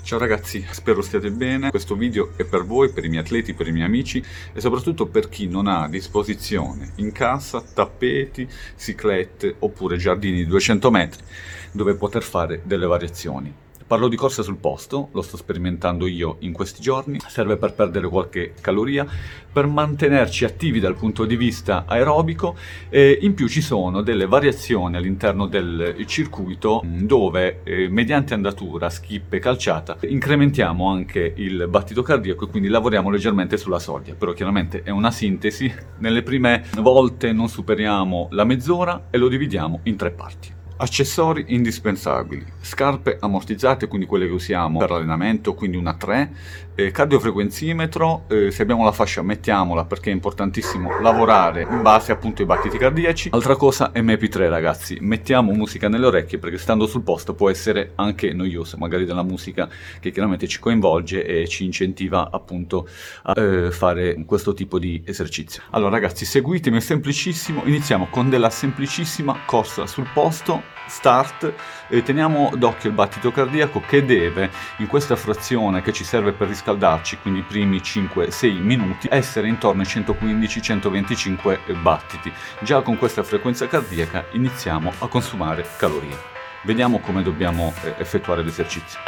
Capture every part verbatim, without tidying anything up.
Ciao ragazzi, spero stiate bene. Questo video è per voi, per i miei atleti, per i miei amici e soprattutto per chi non ha a disposizione in casa tappeti, ciclette oppure giardini di duecento metri dove poter fare delle variazioni. Parlo di corsa sul posto, lo sto sperimentando io in questi giorni, serve per perdere qualche caloria, per mantenerci attivi dal punto di vista aerobico e in più ci sono delle variazioni all'interno del circuito dove eh, mediante andatura, skip e calciata incrementiamo anche il battito cardiaco e quindi lavoriamo leggermente sulla soglia, però chiaramente è una sintesi, nelle prime volte non superiamo la mezz'ora e lo dividiamo in tre parti. Accessori indispensabili, scarpe ammortizzate, quindi quelle che usiamo per l'allenamento, quindi una tre, eh, cardiofrequenzimetro, eh, se abbiamo la fascia mettiamola perché è importantissimo lavorare in base appunto ai battiti cardiaci. Altra cosa M P tre ragazzi, mettiamo musica nelle orecchie perché stando sul posto può essere anche noiosa, magari della musica che chiaramente ci coinvolge e ci incentiva appunto a eh, fare questo tipo di esercizio. Allora ragazzi, seguitemi, è semplicissimo, iniziamo con della semplicissima corsa sul posto. Start, eh, teniamo d'occhio il battito cardiaco che deve in questa frazione che ci serve per riscaldarci, quindi i primi cinque sei minuti, essere intorno ai centoquindici centoventicinque battiti. Già con questa frequenza cardiaca iniziamo a consumare calorie. Vediamo come dobbiamo eh, effettuare l'esercizio.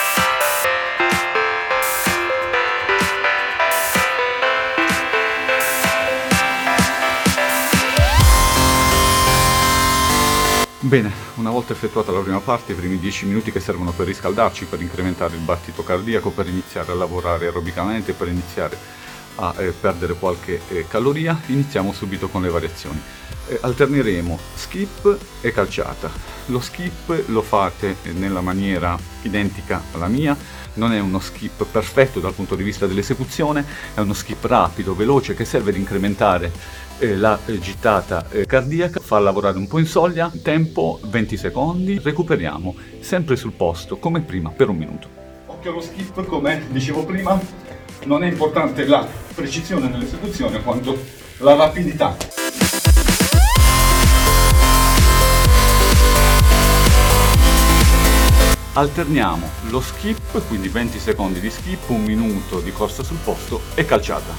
Bene, una volta effettuata la prima parte, i primi dieci minuti che servono per riscaldarci, per incrementare il battito cardiaco, per iniziare a lavorare aerobicamente, per iniziare a eh, perdere qualche eh, caloria, iniziamo subito con le variazioni. Eh, alterneremo skip e calciata. Lo skip lo fate nella maniera identica alla mia, non è uno skip perfetto dal punto di vista dell'esecuzione, è uno skip rapido, veloce, che serve ad incrementare eh, la eh, gittata eh, cardiaca, fa lavorare un po' in soglia, tempo venti secondi, recuperiamo sempre sul posto come prima per un minuto. Occhio allo skip, come dicevo prima, non è importante la precisione nell'esecuzione quanto la rapidità. Alterniamo lo skip, quindi venti secondi di skip, un minuto di corsa sul posto e calciata.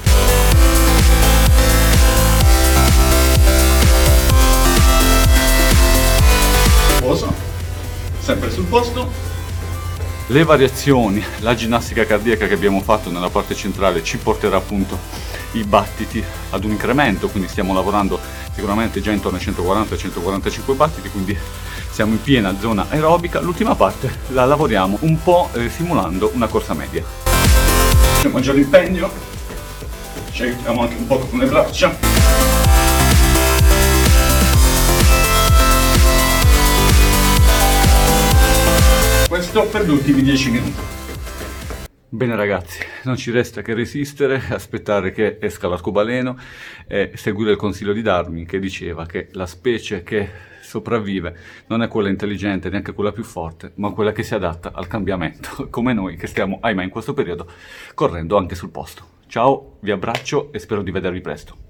Poso, sempre sul posto. Le variazioni, la ginnastica cardiaca che abbiamo fatto nella parte centrale ci porterà appunto i battiti ad un incremento, quindi stiamo lavorando sicuramente già intorno ai centoquaranta centoquarantacinque battiti, quindi siamo in piena zona aerobica. L'ultima parte la lavoriamo un po' eh, simulando una corsa media. C'è maggiore impegno, ci aiutiamo anche un po' con le braccia. Questo per gli ultimi dieci minuti. Bene ragazzi, non ci resta che resistere, aspettare che esca l'arcobaleno e seguire il consiglio di Darwin che diceva che la specie che sopravvive non è quella intelligente, neanche quella più forte, ma quella che si adatta al cambiamento, come noi che stiamo, ahimè, in questo periodo correndo anche sul posto. Ciao, vi abbraccio e spero di vedervi presto.